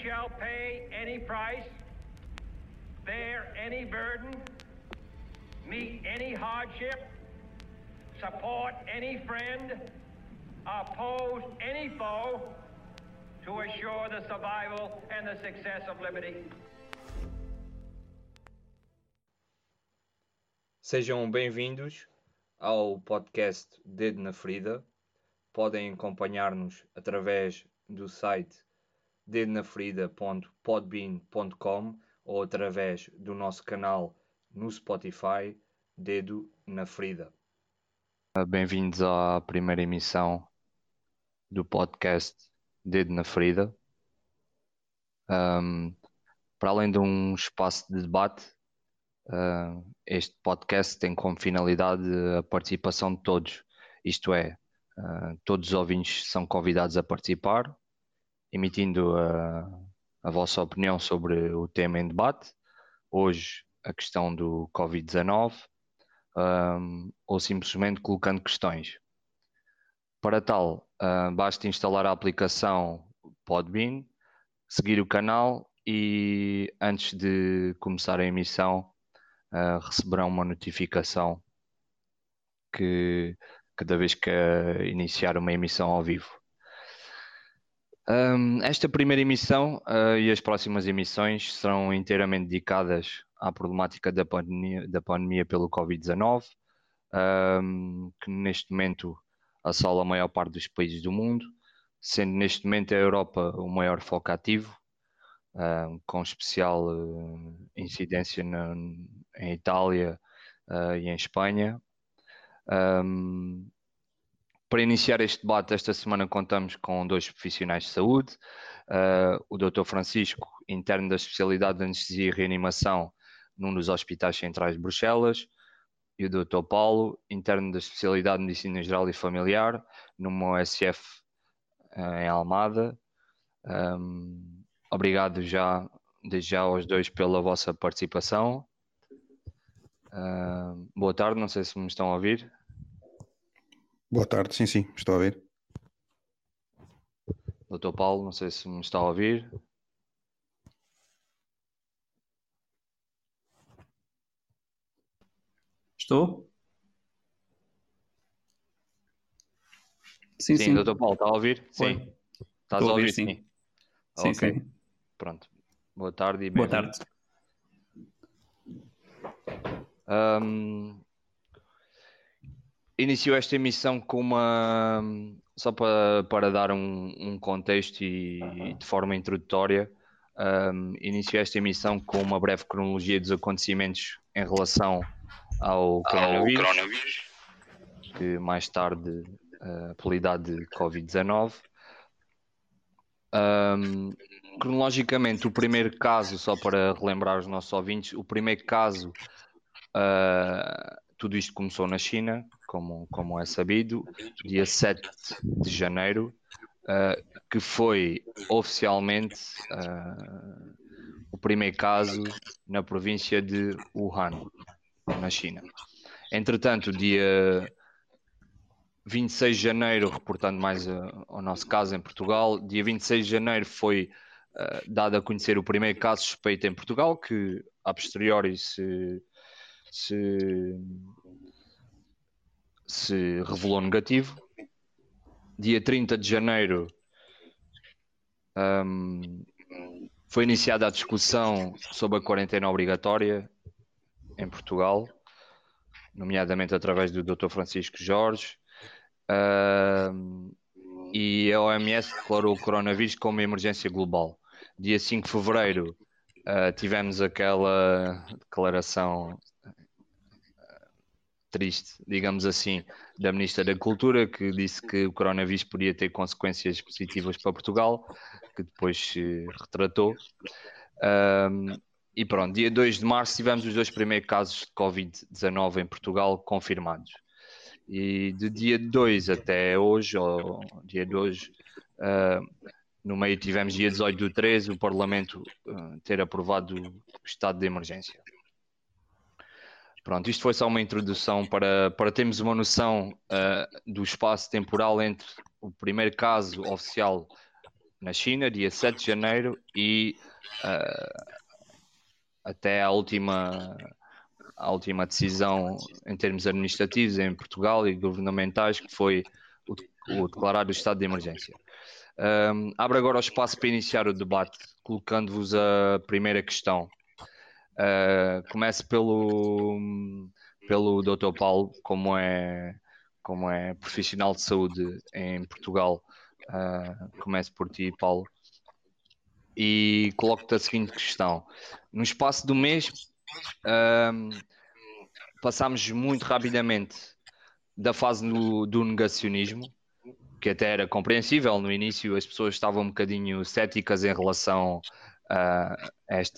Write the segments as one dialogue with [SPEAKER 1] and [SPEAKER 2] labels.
[SPEAKER 1] shall pay any price, bear any burden, meet any hardship, support any friend, oppose any foe, to assure the survival and the success of liberty.
[SPEAKER 2] Sejam bem-vindos ao podcast Dedo na Ferida. Podem acompanhar-nos através do site dedonaferida.podbean.com ou através do nosso canal no Spotify, Dedo na Ferida. Bem-vindos à primeira emissão do podcast Dedo na Ferida. Para além de um espaço de debate, este podcast tem como finalidade a participação de todos, isto é, todos os ouvintes são convidados a participar, emitindo a vossa opinião sobre o tema em debate, hoje a questão do Covid-19, ou simplesmente colocando questões. Para tal, basta instalar a aplicação Podbean, seguir o canal e antes de começar a emissão receberão uma notificação que cada vez que iniciar uma emissão ao vivo. Esta primeira emissão e as próximas emissões serão inteiramente dedicadas à problemática da pandemia pelo Covid-19, que neste momento assola a maior parte dos países do mundo, sendo neste momento a Europa o maior foco ativo, com especial incidência em Itália e em Espanha. Para iniciar este debate, esta semana contamos com dois profissionais de saúde, o Dr. Francisco, interno da especialidade de anestesia e reanimação num dos hospitais centrais de Bruxelas, e o Dr. Paulo, interno da especialidade de medicina geral e familiar, numa OSF em Almada. Obrigado desde já aos dois pela vossa participação. Boa tarde, não sei se me estão a ouvir.
[SPEAKER 3] Boa tarde, sim, estou a ouvir.
[SPEAKER 2] Dr. Paulo, não sei se me está a ouvir.
[SPEAKER 4] Estou? Sim.
[SPEAKER 2] Dr. Paulo, está a ouvir? Sim.
[SPEAKER 4] Oi.
[SPEAKER 2] Estás a ouvir? Sim.
[SPEAKER 4] Sim,
[SPEAKER 2] Ok.
[SPEAKER 4] sim.
[SPEAKER 2] Pronto. Boa tarde e
[SPEAKER 4] Boa
[SPEAKER 2] bem-vindo.
[SPEAKER 4] tarde.
[SPEAKER 2] Inicio esta emissão com uma... Só para dar um contexto e de forma introdutória, inicio esta emissão com uma breve cronologia dos acontecimentos em relação ao coronavírus, que mais tarde apelidado de Covid-19. Cronologicamente, o primeiro caso, só para relembrar os nossos ouvintes, o primeiro caso, tudo isto começou na China, como é sabido, dia 7 de janeiro, que foi oficialmente o primeiro caso na província de Wuhan, na China. Entretanto, dia 26 de janeiro, reportando mais ao nosso caso em Portugal, dia 26 de janeiro foi dado a conhecer o primeiro caso suspeito em Portugal, que a posteriori se revelou negativo. Dia 30 de janeiro foi iniciada a discussão sobre a quarentena obrigatória em Portugal, nomeadamente através do Dr. Francisco Jorge, e a OMS declarou o coronavírus como emergência global. Dia 5 de fevereiro tivemos aquela declaração triste, digamos assim, da Ministra da Cultura, que disse que o coronavírus poderia ter consequências positivas para Portugal, que depois se retratou. E pronto, dia 2 de março tivemos os dois primeiros casos de Covid-19 em Portugal confirmados. E de dia 2 até hoje, ou dia 2, no meio tivemos dia 18/3, o Parlamento ter aprovado o estado de emergência. Pronto, isto foi só uma introdução para termos uma noção do espaço temporal entre o primeiro caso oficial na China, dia 7 de janeiro, e até à última decisão em termos administrativos em Portugal e governamentais, que foi o declarar o estado de emergência. Abro agora o espaço para iniciar o debate, colocando-vos a primeira questão. Começo pelo Dr. Paulo, como é profissional de saúde em Portugal. Começo por ti, Paulo, e coloco-te a seguinte questão. No espaço do mês, passámos muito rapidamente da fase do negacionismo, que até era compreensível. No início as pessoas estavam um bocadinho céticas em relação a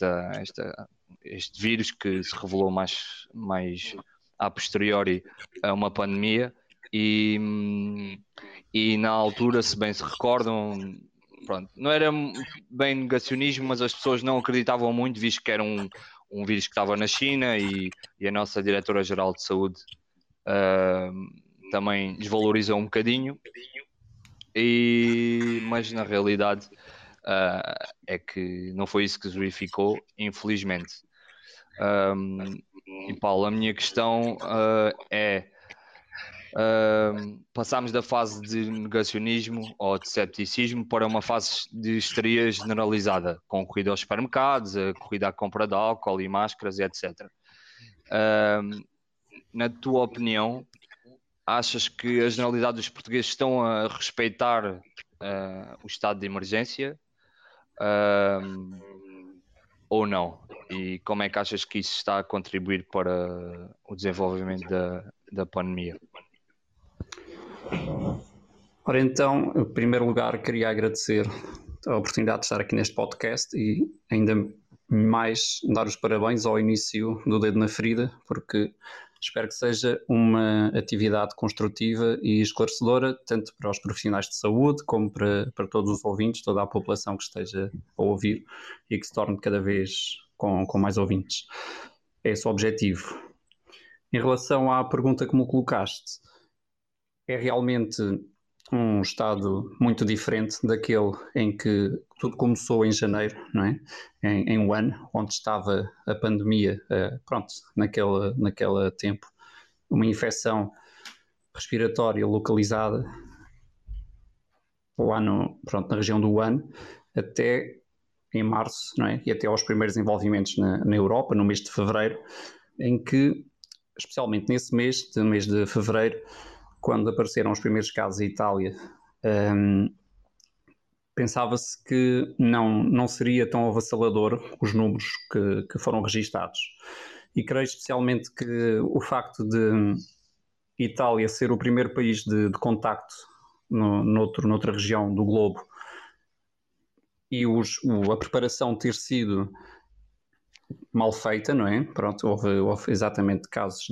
[SPEAKER 2] este vírus, que se revelou mais a posteriori a uma pandemia, e na altura, se bem se recordam, pronto, não era bem negacionismo, mas as pessoas não acreditavam muito, visto que era um vírus que estava na China, e a nossa Diretora-Geral de Saúde também desvalorizou um bocadinho, mas na realidade é que não foi isso que se verificou, infelizmente. E Paulo, a minha questão é: passámos da fase de negacionismo ou de cepticismo para uma fase de histeria generalizada, com corrida aos supermercados, a corrida à compra de álcool e máscaras, etc. Na tua opinião, achas que a generalidade dos portugueses estão a respeitar o estado de emergência ou não? E como é que achas que isso está a contribuir para o desenvolvimento da pandemia?
[SPEAKER 4] Ora então, em primeiro lugar, queria agradecer a oportunidade de estar aqui neste podcast e ainda mais dar os parabéns ao início do Dedo na Ferida, porque espero que seja uma atividade construtiva e esclarecedora, tanto para os profissionais de saúde como para todos os ouvintes, toda a população que esteja a ouvir, e que se torne cada vez com mais ouvintes. É esse o objetivo. Em relação à pergunta que me colocaste, é realmente um estado muito diferente daquele em que tudo começou em janeiro, não é? Em Wuhan, onde estava a pandemia, naquele tempo, uma infecção respiratória localizada lá na região do Wuhan, até em março, não é? E até aos primeiros desenvolvimentos na Europa, no mês de fevereiro, em que, especialmente nesse mês de fevereiro, quando apareceram os primeiros casos em Itália, pensava-se que não seria tão avassalador os números que foram registados. E creio especialmente que o facto de Itália ser o primeiro país de contacto noutra região do globo e a preparação ter sido mal feita, não é? Pronto, houve exatamente casos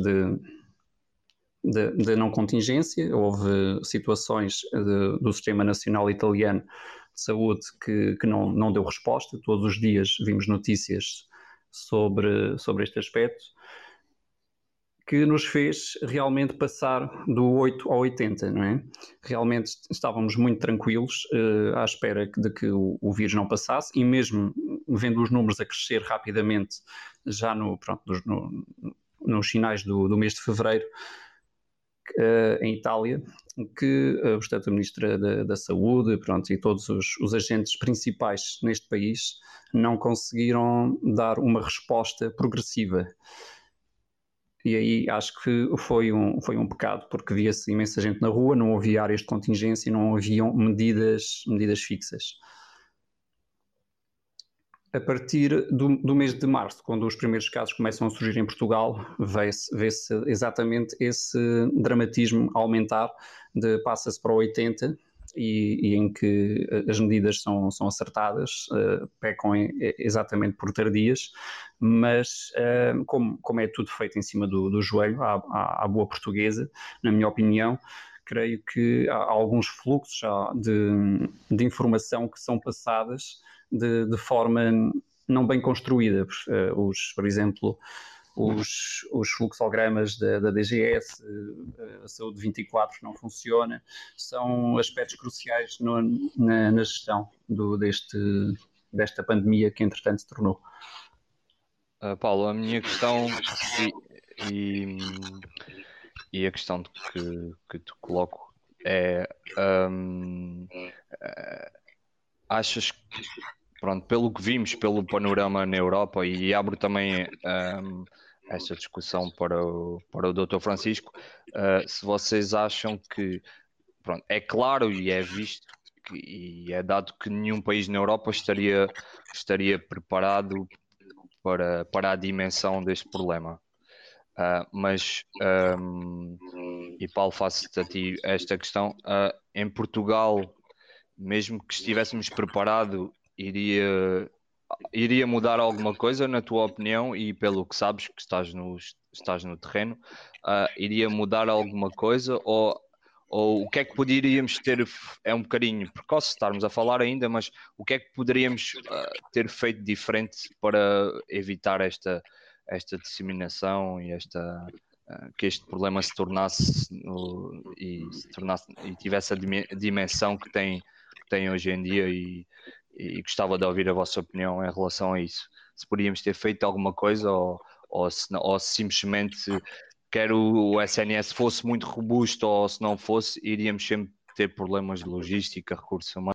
[SPEAKER 4] de não contingência, houve situações do Sistema Nacional Italiano de Saúde que não deu resposta. Todos os dias vimos notícias sobre este aspecto, que nos fez realmente passar do 8 ao 80, não é? Realmente estávamos muito tranquilos à espera de que o vírus não passasse, e mesmo vendo os números a crescer rapidamente já nos finais do mês de fevereiro, em Itália, que portanto, a Ministra da Saúde, e todos os agentes principais neste país não conseguiram dar uma resposta progressiva. E aí acho que foi um pecado, porque via-se imensa gente na rua, não havia áreas de contingência, não haviam medidas fixas. A partir do mês de março, quando os primeiros casos começam a surgir em Portugal, vê-se exatamente esse dramatismo aumentar, passa-se para o 80, e em que as medidas são acertadas, pecam exatamente por tardias, mas como é tudo feito em cima do joelho, à boa portuguesa, na minha opinião, creio que há alguns fluxos de informação que são passadas de forma não bem construída. Por exemplo, os fluxogramas da DGS, a saúde 24 não funciona, são aspectos cruciais na gestão desta pandemia que entretanto se tornou.
[SPEAKER 2] Paulo, a minha questão e a questão que te coloco é achas que, pronto, pelo que vimos, pelo panorama na Europa, e abro também esta discussão para o Dr. Francisco, se vocês acham que, pronto, é claro e é visto e é dado que nenhum país na Europa estaria preparado para a dimensão deste problema. Mas, e Paulo, faço-te a ti esta questão, em Portugal, mesmo que estivéssemos preparados, iria mudar alguma coisa, na tua opinião, e pelo que sabes que estás no terreno, iria mudar alguma coisa, ou o que é que poderíamos ter, é um bocadinho precoce estarmos a falar ainda, mas o que é que poderíamos ter feito diferente para evitar esta disseminação e que este problema se tornasse e tivesse a dimensão que tem hoje em dia, e gostava de ouvir a vossa opinião em relação a isso. Se podíamos ter feito alguma coisa ou se simplesmente quer o SNS fosse muito robusto ou se não fosse, iríamos sempre ter problemas de logística, recursos humanos.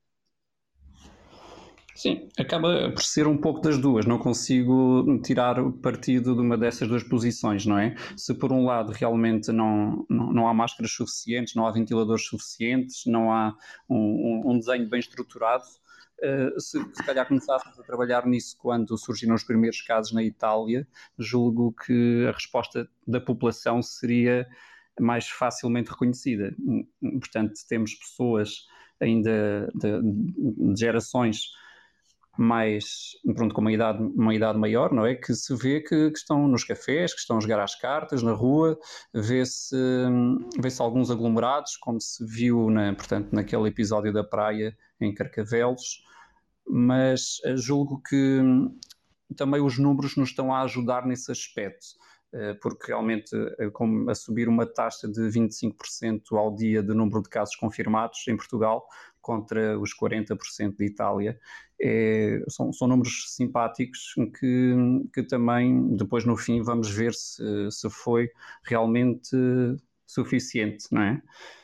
[SPEAKER 4] Sim, acaba por ser um pouco das duas, não consigo tirar o partido de uma dessas duas posições, não é? Se por um lado realmente não há máscaras suficientes, não há ventiladores suficientes, não há um desenho bem estruturado, se calhar começássemos a trabalhar nisso quando surgiram os primeiros casos na Itália, julgo que a resposta da população seria mais facilmente reconhecida. Portanto, temos pessoas ainda de gerações mais, pronto, com uma idade maior, não é? Que se vê que estão nos cafés, que estão a jogar às cartas na rua, vê-se alguns aglomerados, como se viu portanto, naquele episódio da praia em Carcavelos, mas julgo que também os números nos estão a ajudar nesse aspecto, porque realmente a subir uma taxa de 25% ao dia de número de casos confirmados em Portugal contra os 40% de Itália, são números simpáticos que também depois no fim vamos ver se foi realmente suficiente, não é?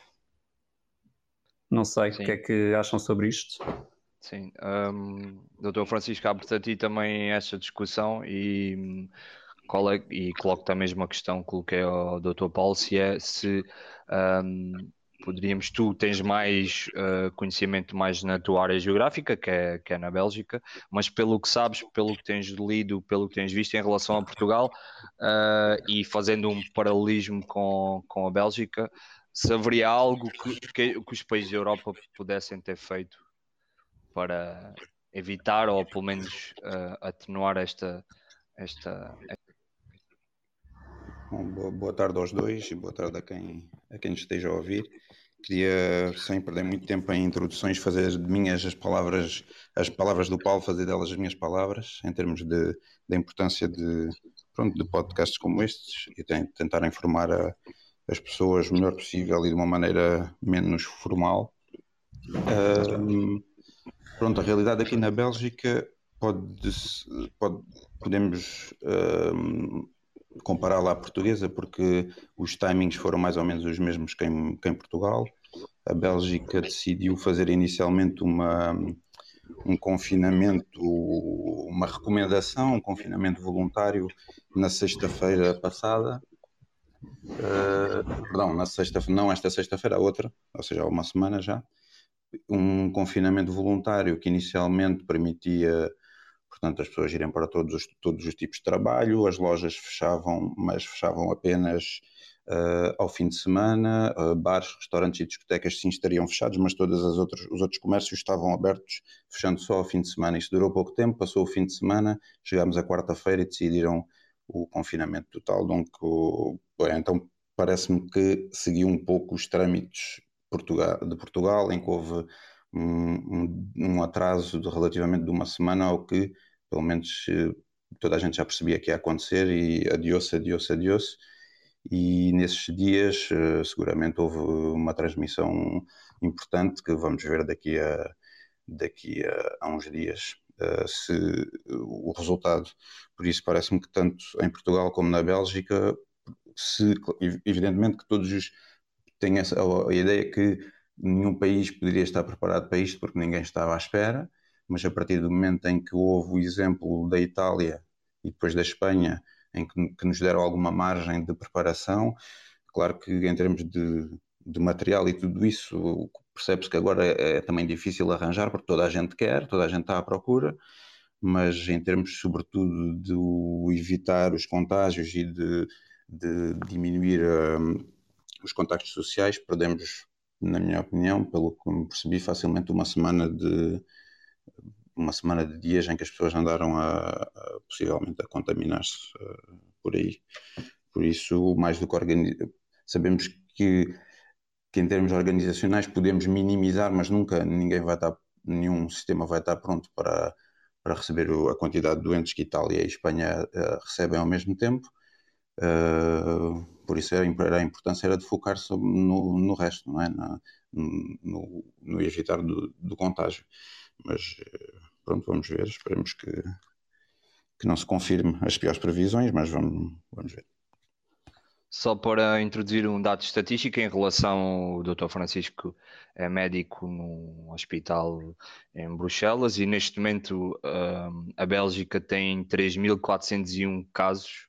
[SPEAKER 4] Não sei. Sim. O que é que acham sobre isto?
[SPEAKER 2] Sim, Dr. Francisco, abro-te a ti também esta discussão e coloco-te a mesma questão que coloquei ao Dr. Paulo, se poderíamos, tu tens mais conhecimento mais na tua área geográfica, que é na Bélgica, mas pelo que sabes, pelo que tens lido, pelo que tens visto em relação a Portugal, e fazendo um paralelismo com a Bélgica, se haveria algo que os países da Europa pudessem ter feito para evitar ou pelo menos atenuar esta...
[SPEAKER 3] Bom, boa tarde aos dois e boa tarde a quem esteja a ouvir. Queria, sem perder muito tempo em introduções, fazer de minhas as palavras do Paulo, fazer delas as minhas palavras, em termos da importância de podcasts como estes, e tentar informar as pessoas o melhor possível e de uma maneira menos formal. A realidade aqui na Bélgica podemos compará-la à portuguesa, porque os timings foram mais ou menos os mesmos que em Portugal. A Bélgica decidiu fazer inicialmente um confinamento, uma recomendação, um confinamento voluntário na sexta-feira passada. Não esta sexta-feira, a outra, ou seja, há uma semana já. Um confinamento voluntário que inicialmente permitia, portanto, as pessoas irem para todos os tipos de trabalho, as lojas fechavam, mas fechavam apenas ao fim de semana, bares, restaurantes e discotecas sim estariam fechados, mas os outros comércios estavam abertos, fechando só ao fim de semana. Isso durou pouco tempo, passou o fim de semana, chegámos à quarta-feira e decidiram o confinamento total. Então parece-me que seguiu um pouco os trâmites de Portugal, em que houve um atraso relativamente de uma semana, ao que pelo menos toda a gente já percebia que ia acontecer e adiou-se. E nesses dias seguramente houve uma transmissão importante que vamos ver daqui a uns dias o resultado. Por isso parece-me que tanto em Portugal como na Bélgica, evidentemente que todos têm a ideia que nenhum país poderia estar preparado para isto porque ninguém estava à espera, mas a partir do momento em que houve o exemplo da Itália e depois da Espanha, em que nos deram alguma margem de preparação, claro que em termos de material e tudo isso, percebe-se que agora é também difícil arranjar, porque toda a gente quer, toda a gente está à procura, mas em termos, sobretudo, de evitar os contágios e de diminuir os contactos sociais, perdemos, na minha opinião, pelo que me percebi, facilmente uma semana de dias em que as pessoas andaram possivelmente a contaminar-se por aí. Por isso, mais do que sabemos que em termos organizacionais podemos minimizar, mas nunca nenhum sistema vai estar pronto para receber a quantidade de doentes que Itália e Espanha recebem ao mesmo tempo. Por isso a importância era de focar-se no resto, não é? No evitar do contágio. Mas pronto, vamos ver, esperemos que não se confirme as piores previsões, mas vamos ver.
[SPEAKER 2] Só para introduzir um dado estatístico em relação ao Dr. Francisco, é médico num hospital em Bruxelas e neste momento a Bélgica tem 3.401 casos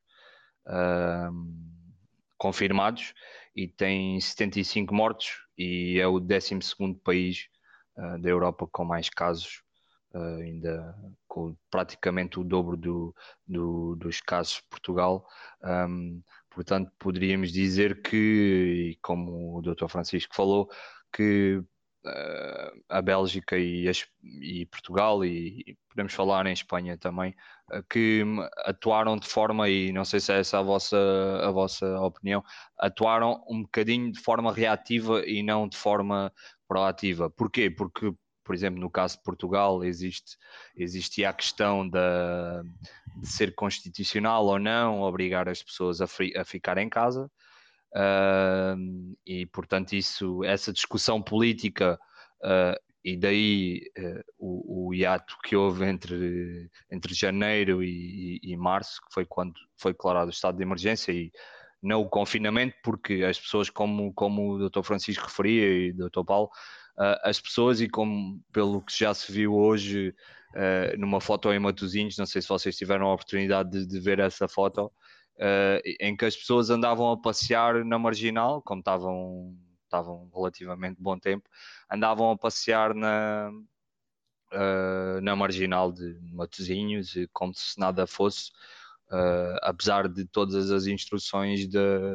[SPEAKER 2] confirmados e tem 75 mortos e é o 12º país da Europa com mais casos, ainda com praticamente o dobro dos casos de Portugal. Portanto, poderíamos dizer que, como o Dr. Francisco falou, que a Bélgica e Portugal, e podemos falar em Espanha também, que atuaram de forma, e não sei se é essa a vossa opinião, atuaram um bocadinho de forma reativa e não de forma proativa. Porquê? Porque, por exemplo, no caso de Portugal existia a questão de ser constitucional ou não obrigar as pessoas a ficar em casa, e portanto essa discussão política e daí o hiato que houve entre janeiro e março, que foi quando foi declarado o estado de emergência e não o confinamento, porque as pessoas, como o Dr. Francisco referia e o Dr. Paulo, as pessoas, e como pelo que já se viu hoje numa foto em Matosinhos, não sei se vocês tiveram a oportunidade de ver essa foto, em que as pessoas andavam a passear na Marginal, como estavam relativamente bom tempo, andavam a passear na Marginal de Matosinhos, como se nada fosse, apesar de todas as instruções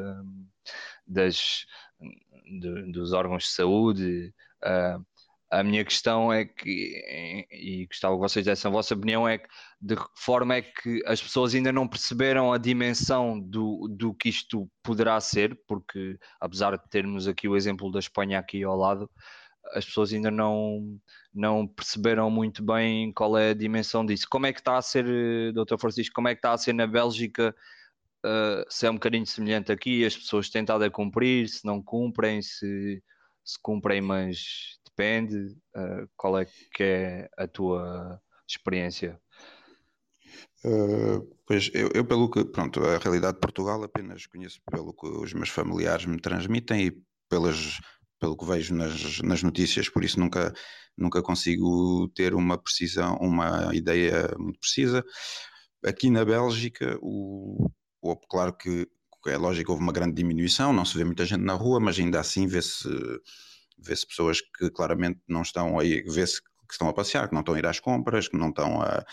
[SPEAKER 2] dos órgãos de saúde. A minha questão é que, e gostava que vocês dessem a vossa opinião, é que de que forma é que as pessoas ainda não perceberam a dimensão do que isto poderá ser, porque apesar de termos aqui o exemplo da Espanha aqui ao lado, as pessoas ainda não perceberam muito bem qual é a dimensão disso. Como é que está a ser, Dr. Francisco, como é que está a ser na Bélgica? Se é um bocadinho semelhante aqui, as pessoas têm estado a cumprir, se não cumprem, se cumprem, mas depende. Qual é que é a tua experiência?
[SPEAKER 3] Pois eu pelo que, pronto, a realidade de Portugal apenas conheço pelo que os meus familiares me transmitem e pelo que vejo nas notícias, por isso nunca consigo ter uma ideia muito precisa. Aqui na Bélgica, claro que é lógico, houve uma grande diminuição, não se vê muita gente na rua, mas ainda assim vê-se pessoas que claramente não estão aí, vê-se que estão a passear, que não estão a ir às compras, que não estão a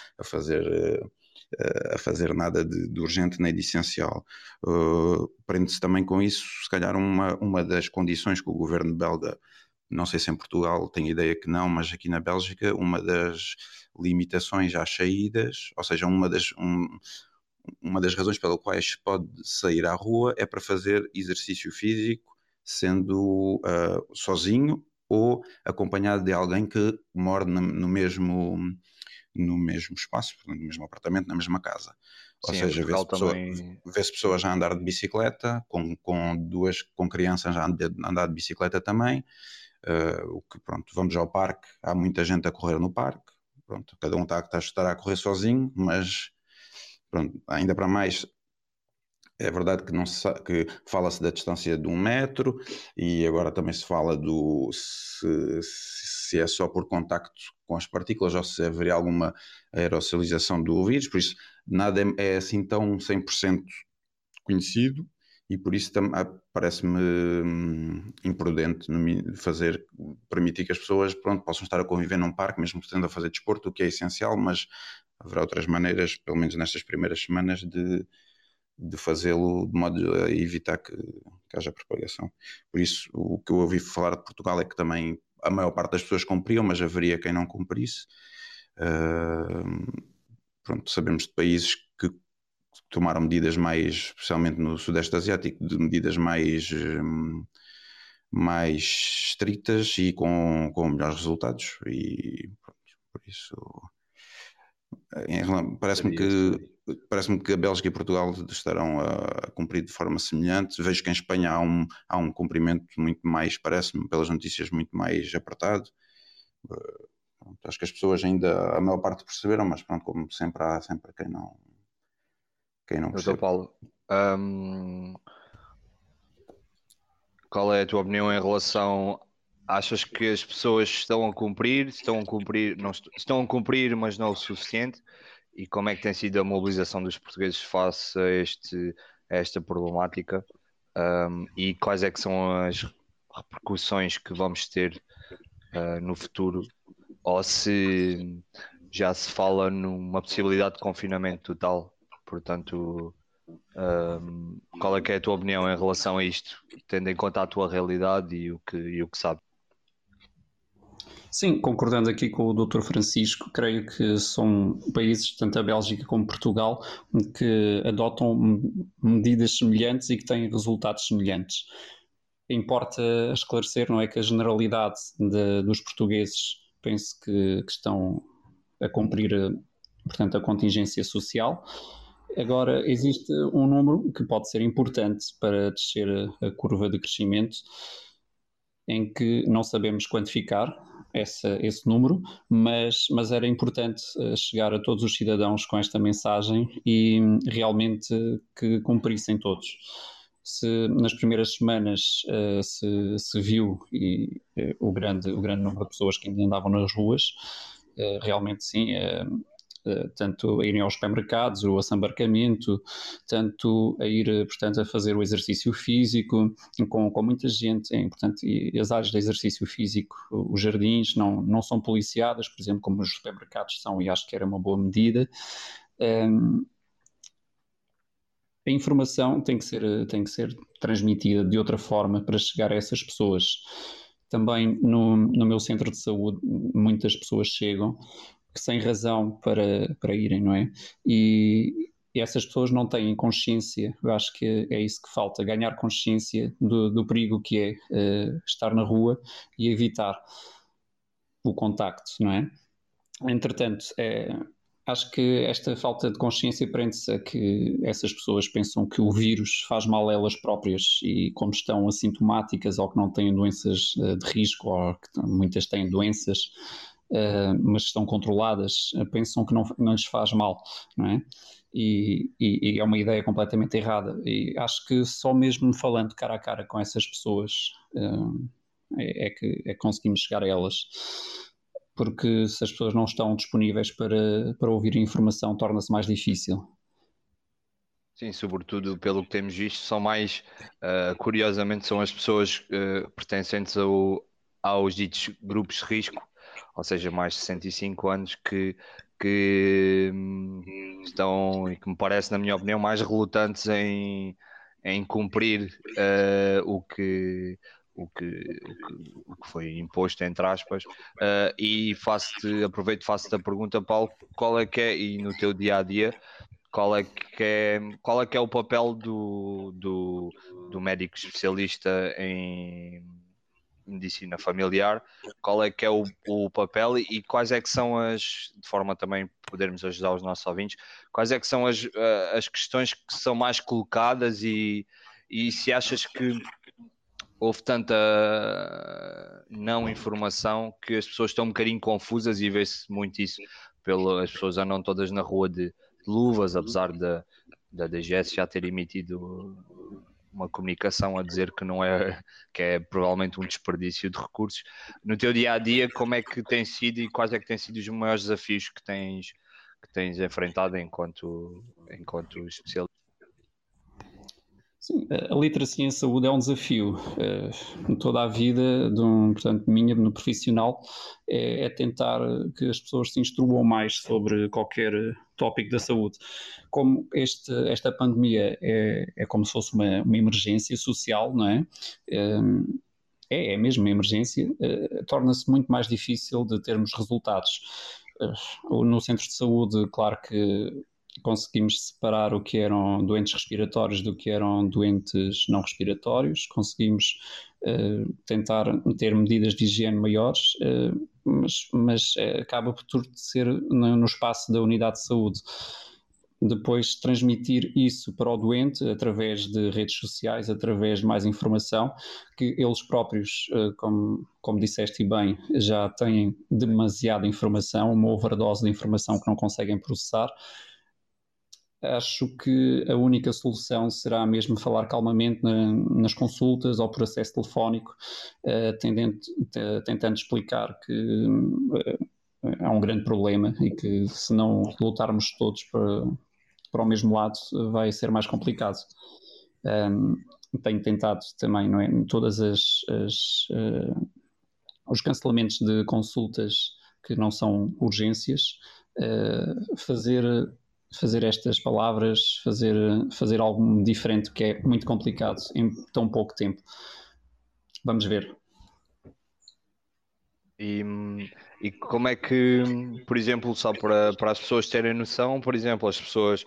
[SPEAKER 3] fazer nada de urgente nem de essencial. Prende-se também com isso, se calhar uma das condições que o governo belga, não sei se em Portugal tem ideia que não, mas aqui na Bélgica, uma das limitações às saídas, ou seja, uma das razões pela quais se pode sair à rua é para fazer exercício físico, sendo sozinho ou acompanhado de alguém que mora no no mesmo espaço, no mesmo apartamento, na mesma casa. Ou
[SPEAKER 2] Sim,
[SPEAKER 3] seja,
[SPEAKER 2] também...
[SPEAKER 3] vê-se pessoas a andar de bicicleta, com crianças a andar de bicicleta também. O que, pronto, vamos ao parque, há muita gente a correr no parque. Pronto, cada um estará a correr sozinho, mas pronto, ainda para mais. É verdade que, que fala-se da distância de 1 metro e agora também se fala se é só por contacto com as partículas ou se haveria alguma aerosolização do vírus, por isso nada é assim tão 100% conhecido e por isso parece-me imprudente permitir que as pessoas possam estar a conviver num parque, mesmo estando a fazer desporto, o que é essencial, mas haverá outras maneiras, pelo menos nestas primeiras semanas, de fazê-lo de modo a evitar que haja propagação. Por isso, o que eu ouvi falar de Portugal é que também a maior parte das pessoas cumpriam, mas haveria quem não cumprisse. Pronto, sabemos de países que tomaram medidas mais, especialmente no Sudeste Asiático, de medidas mais estritas e com melhores resultados. E pronto, por isso... Parece-me que a Bélgica e Portugal estarão a cumprir de forma semelhante. Vejo que em Espanha há um cumprimento muito mais, parece-me, pelas notícias, muito mais apertado. Pronto, acho que as pessoas ainda, a maior parte perceberam, mas pronto, como sempre, há sempre quem não
[SPEAKER 2] Doutor
[SPEAKER 3] percebe.
[SPEAKER 2] Paulo, qual é a tua opinião em relação... Achas que as pessoas estão a cumprir, não estão a cumprir, mas não o suficiente? E como é que tem sido a mobilização dos portugueses face a esta problemática? E quais é que são as repercussões que vamos ter no futuro? Ou se já se fala numa possibilidade de confinamento total? Portanto, qual é que é a tua opinião em relação a isto, tendo em conta a tua realidade e o que sabes?
[SPEAKER 4] Sim, concordando aqui com o Dr. Francisco, creio que são países, tanto a Bélgica como Portugal, que adotam medidas semelhantes e que têm resultados semelhantes. Importa esclarecer, não é, que a generalidade dos portugueses penso que estão a cumprir, portanto, a contingência social. Agora, existe um número que pode ser importante para descer a curva de crescimento, em que não sabemos quantificar esse número, mas era importante chegar a todos os cidadãos com esta mensagem e realmente que cumprissem todos. Se nas primeiras semanas se viu o grande número de pessoas que ainda andavam nas ruas, realmente sim, tanto a irem aos supermercados, o assambarcamento, tanto a ir, portanto, a fazer o exercício físico com muita gente, portanto, e as áreas de exercício físico, os jardins não são policiadas, por exemplo, como os supermercados são, e acho que era uma boa medida. A informação tem que ser transmitida de outra forma para chegar a essas pessoas. Também no meu centro de saúde muitas pessoas chegam sem razão para irem, não é? E essas pessoas não têm consciência, eu acho que é isso que falta, ganhar consciência do perigo que é estar na rua e evitar o contacto, não é? Entretanto, acho que esta falta de consciência prende-se a que essas pessoas pensam que o vírus faz mal a elas próprias e como estão assintomáticas ou que não têm doenças de risco ou que muitas têm doenças, mas estão controladas, pensam que não lhes faz mal, não é? E é uma ideia completamente errada. E acho que só mesmo falando cara a cara com essas pessoas é que conseguimos chegar a elas. Porque se as pessoas não estão disponíveis para ouvir a informação, torna-se mais difícil.
[SPEAKER 2] Sim, sobretudo pelo que temos visto, são mais, curiosamente, são as pessoas pertencentes aos ditos grupos de risco, ou seja, mais de 65 anos, que estão, e que me parece, na minha opinião, mais relutantes em cumprir o que foi imposto, entre aspas. E aproveito a pergunta, Paulo, qual é que é, e no teu dia a dia, qual é que é o papel do médico especialista medicina familiar, qual é que é o papel e quais é que são de forma também podermos ajudar os nossos ouvintes, quais é que são as questões que são mais colocadas e se achas que houve tanta não informação que as pessoas estão um bocadinho confusas e vê-se muito isso, as pessoas andam todas na rua de luvas, apesar da DGS já ter emitido uma comunicação a dizer que não é, que é provavelmente um desperdício de recursos. No teu dia-a-dia, como é que tem sido e quais é que têm sido os maiores desafios que tens enfrentado enquanto especialista?
[SPEAKER 4] Sim, a literacia em saúde é um desafio. Toda a vida, portanto, minha, no profissional, é tentar que as pessoas se instruam mais sobre qualquer tópico da saúde. Como esta pandemia é como se fosse uma emergência social, não é? É mesmo uma emergência, torna-se muito mais difícil de termos resultados. No centro de saúde, claro que conseguimos separar o que eram doentes respiratórios do que eram doentes não respiratórios, conseguimos tentar ter medidas de higiene maiores, mas acaba por tudo ser no espaço da unidade de saúde. Depois transmitir isso para o doente através de redes sociais, através de mais informação, que eles próprios, como disseste bem, já têm demasiada informação, uma overdose de informação que não conseguem processar. Acho que a única solução será mesmo falar calmamente nas consultas ou por acesso telefónico, tentando explicar que é um grande problema e que se não lutarmos todos para o mesmo lado vai ser mais complicado. Tenho tentado também, não é, todas os cancelamentos de consultas que não são urgências, fazer estas palavras, fazer algo diferente, que é muito complicado em tão pouco tempo. Vamos ver.
[SPEAKER 2] E como é que, por exemplo, só para as pessoas terem noção, por exemplo, as pessoas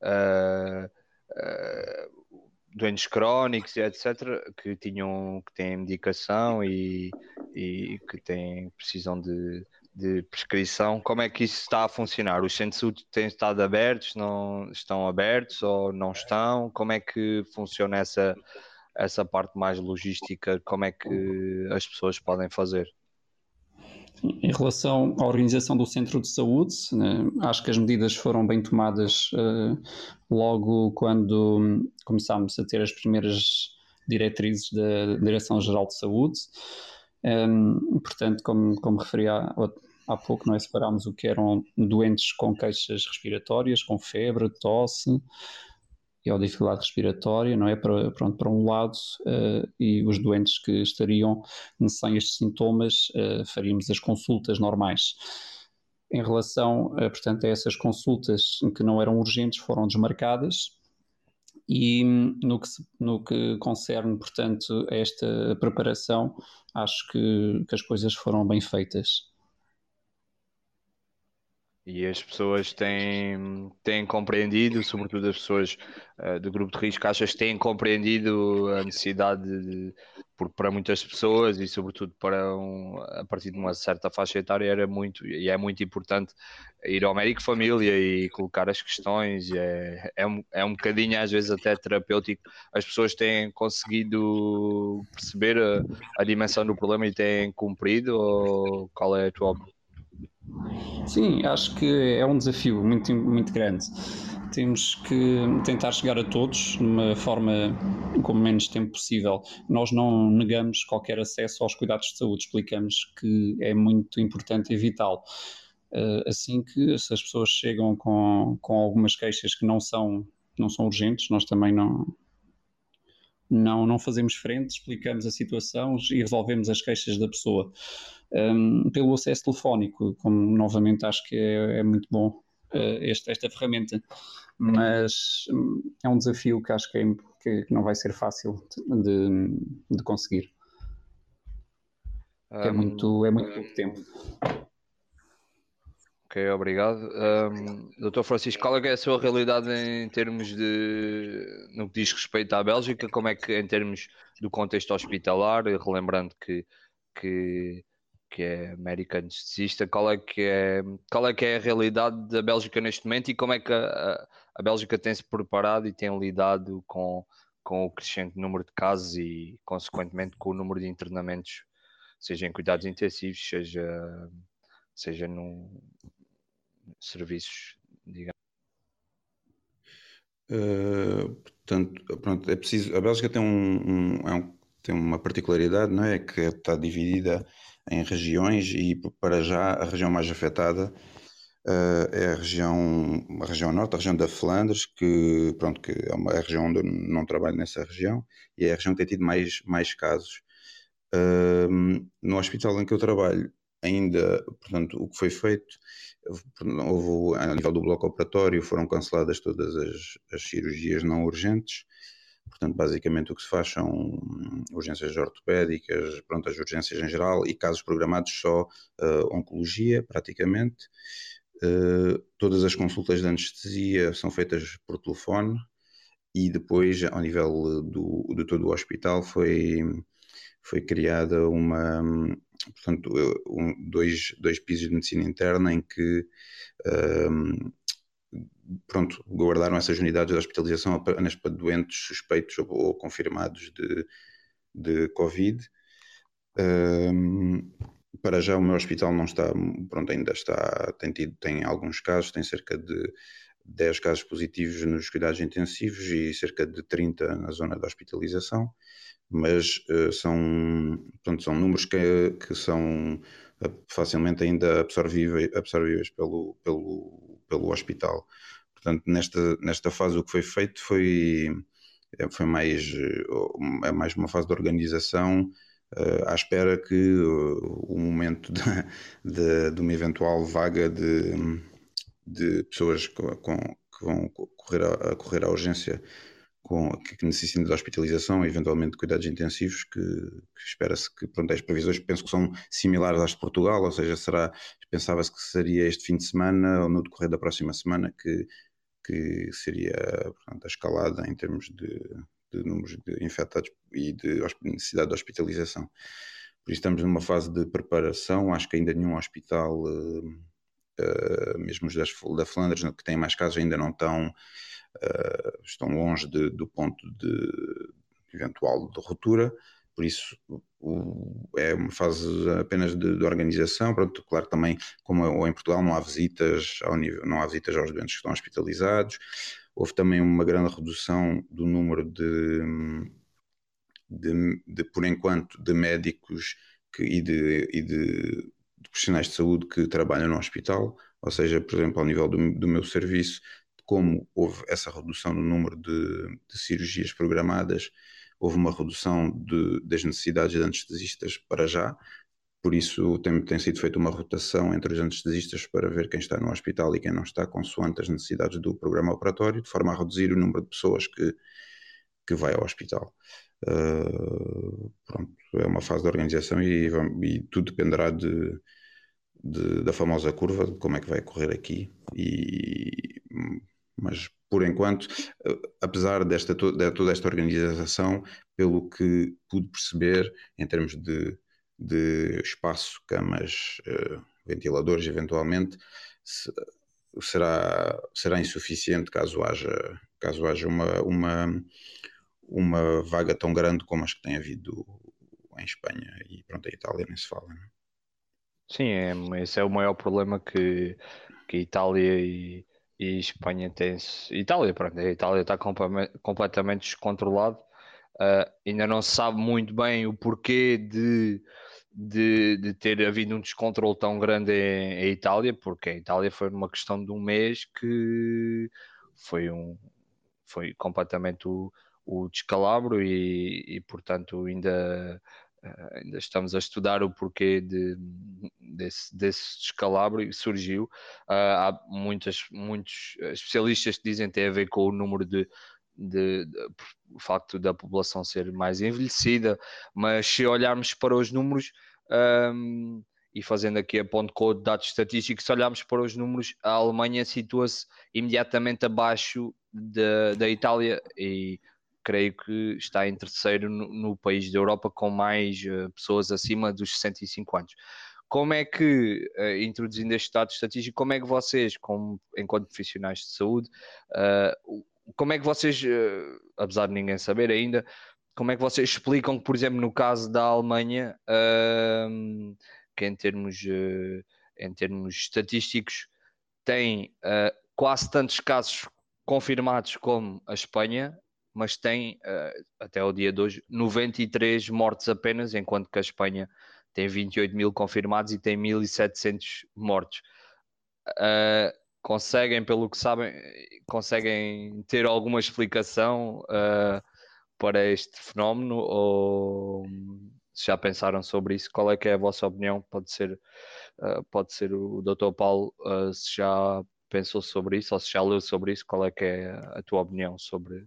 [SPEAKER 2] doentes crónicos e etc., que têm medicação e que precisam de prescrição, como é que isso está a funcionar? Os centros de saúde têm estado abertos, não estão abertos ou não estão? Como é que funciona essa parte mais logística? Como é que as pessoas podem fazer?
[SPEAKER 4] Em relação à organização do centro de saúde, acho que as medidas foram bem tomadas logo quando começámos a ter as primeiras diretrizes da Direção-Geral de Saúde. Portanto, como referi há pouco, nós separámos o que eram doentes com queixas respiratórias, com febre, tosse ou dificuldade respiratória, não é? Para um lado, e os doentes que estariam sem estes sintomas, faríamos as consultas normais. Em relação, portanto, a essas consultas que não eram urgentes, foram desmarcadas. E no que concerne, portanto, a esta preparação, acho que as coisas foram bem feitas.
[SPEAKER 2] E as pessoas têm compreendido, sobretudo as pessoas do grupo de risco, achas que têm compreendido a necessidade porque para muitas pessoas e sobretudo a partir de uma certa faixa etária é muito importante ir ao médico de família e colocar as questões, é um bocadinho às vezes até terapêutico. As pessoas têm conseguido perceber a dimensão do problema e têm cumprido, ou qual é a tua opinião?
[SPEAKER 4] Sim, acho que é um desafio muito, muito grande. Temos que tentar chegar a todos de uma forma com o menos tempo possível. Nós não negamos qualquer acesso aos cuidados de saúde, explicamos que é muito importante e vital. Assim que se as pessoas chegam com algumas queixas que não são urgentes, nós também não fazemos frente, explicamos a situação e resolvemos as queixas da pessoa. Pelo acesso telefónico, como novamente acho que é muito bom esta ferramenta, mas é um desafio que acho que não vai ser fácil de conseguir. É muito pouco tempo.
[SPEAKER 2] Ok, obrigado. Dr. Francisco, qual é que é a sua realidade em termos no que diz respeito à Bélgica? Como é que, em termos do contexto hospitalar, relembrando que que é médico anestesista, qual é que é a realidade da Bélgica neste momento e como é que a Bélgica tem-se preparado e tem lidado com o crescente número de casos e, consequentemente, com o número de internamentos, seja em cuidados intensivos, seja num serviços, digamos.
[SPEAKER 3] Portanto, pronto, é preciso. A Bélgica tem uma particularidade, não é? Que está dividida em regiões e para já a região mais afetada é a região norte, a região da Flandres, que é a região onde eu não trabalho nessa região e é a região que tem tido mais casos. No hospital em que eu trabalho, ainda, portanto, o que foi feito, houve, a nível do bloco operatório, foram canceladas todas as cirurgias não urgentes. Portanto, basicamente o que se faz são urgências ortopédicas, pronto, as urgências em geral e casos programados só oncologia, praticamente. Todas as consultas de anestesia são feitas por telefone e depois, ao nível de todo o hospital, foi criada portanto, dois pisos de medicina interna em que pronto, guardaram essas unidades de hospitalização apenas para doentes suspeitos ou confirmados de Covid. Para já o meu hospital não está, pronto, ainda está, tem alguns casos, tem cerca de 10 casos positivos nos cuidados intensivos e cerca de 30 na zona da hospitalização, mas são números que são facilmente ainda absorvíveis pelo hospital. Portanto, nesta fase o que foi feito foi mais uma fase de organização à espera que o momento de uma eventual vaga de pessoas que vão correr à urgência que necessitem de hospitalização e eventualmente de cuidados intensivos, que espera-se que, pronto, as previsões penso que são similares às de Portugal, ou seja, pensava-se que seria este fim de semana ou no decorrer da próxima semana que seria, portanto, a escalada em termos de números de infectados e de necessidade de hospitalização. Por isso estamos numa fase de preparação, acho que ainda nenhum hospital, mesmo os da Flandres, que têm mais casos, ainda não estão longe do ponto de eventual de ruptura, por isso é uma fase apenas de organização. Pronto, claro, também, como em Portugal, não há visitas não há visitas aos doentes que estão hospitalizados. Houve também uma grande redução do número por enquanto, de médicos e de profissionais de saúde que trabalham no hospital, ou seja, por exemplo, ao nível do meu serviço, como houve essa redução no número de cirurgias programadas, houve uma redução das necessidades de anestesistas para já, por isso tem sido feita uma rotação entre os anestesistas para ver quem está no hospital e quem não está, consoante as necessidades do programa operatório, de forma a reduzir o número de pessoas que vai ao hospital. Pronto, é uma fase de organização e tudo dependerá da famosa curva, de como é que vai correr aqui. Mas por enquanto, apesar de toda esta organização, pelo que pude perceber em termos de espaço, camas, ventiladores, eventualmente, será insuficiente caso haja uma vaga tão grande como as que tem havido em Espanha e pronto, a Itália nem se fala, não é?
[SPEAKER 2] Sim, esse é o maior problema que Itália e Espanha têm. Itália, pronto, a Itália está completamente descontrolado. Ainda não se sabe muito bem o porquê de ter havido um descontrole tão grande em Itália, porque a Itália foi uma questão de um mês que foi completamente o descalabro e portanto ainda estamos a estudar o porquê desse descalabro e surgiu. Há muitos especialistas que dizem que tem a ver com o número o facto da população ser mais envelhecida, mas se olharmos para os números e fazendo aqui a ponto com dados estatísticos, se olharmos para os números, a Alemanha situa-se imediatamente abaixo da Itália e creio que está em terceiro no país da Europa com mais pessoas acima dos 65 anos. Como é que, introduzindo este dado estatístico, como é que vocês, enquanto profissionais de saúde, como é que vocês, apesar de ninguém saber ainda, como é que vocês explicam que, por exemplo, no caso da Alemanha, que em termos estatísticos tem quase tantos casos confirmados como a Espanha, mas tem, até o dia de hoje, 93 mortes apenas, enquanto que a Espanha tem 28 mil confirmados e tem 1.700 mortos. Conseguem, pelo que sabem, conseguem ter alguma explicação para este fenómeno, ou se já pensaram sobre isso? Qual é que é a vossa opinião? Pode ser o Dr. Paulo, se já pensou sobre isso ou se já leu sobre isso. Qual é que é a tua opinião sobre?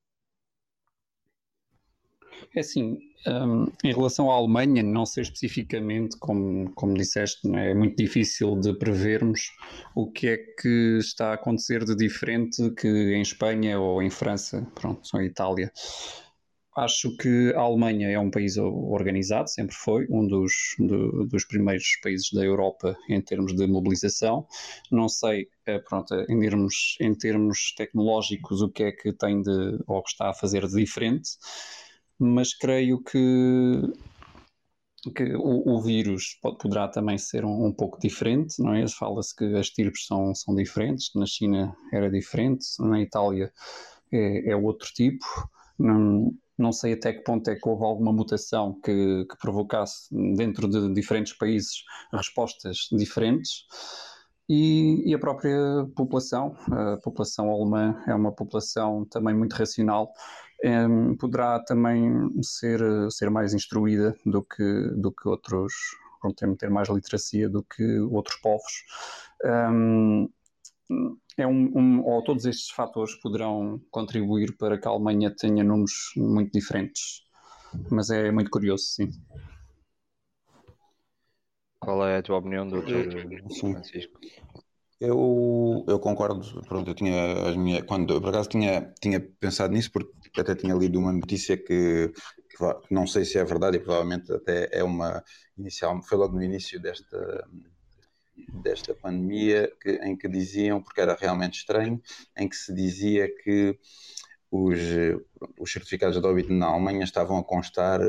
[SPEAKER 4] É assim, em relação à Alemanha, não sei especificamente, como disseste, não é muito difícil de prevermos o que é que está a acontecer de diferente que em Espanha ou em França, pronto, ou em Itália. Acho que a Alemanha é um país organizado, sempre foi, um dos primeiros países da Europa em termos de mobilização. Não sei, pronto, em termos tecnológicos, o que é que tem ou que está a fazer de diferente, mas creio que o vírus poderá também ser um pouco diferente, não é? Fala-se que as estirpes são diferentes, na China era diferente, na Itália é outro tipo. Não sei até que ponto é que houve alguma mutação que provocasse dentro de diferentes países respostas diferentes. E a própria população, a população alemã é uma população também muito racional, poderá também ser mais instruída do que outros, ter mais literacia do que outros povos. Ou todos estes fatores poderão contribuir para que a Alemanha tenha números muito diferentes, mas é muito curioso, sim.
[SPEAKER 2] Qual é a tua opinião, doutor Francisco?
[SPEAKER 3] Eu concordo, pronto, eu tinha quando eu por acaso tinha pensado nisso, porque até tinha lido uma notícia que não sei se é verdade e provavelmente até é foi logo no início desta pandemia, em que diziam, porque era realmente estranho, em que se dizia que os certificados de óbito na Alemanha estavam a constar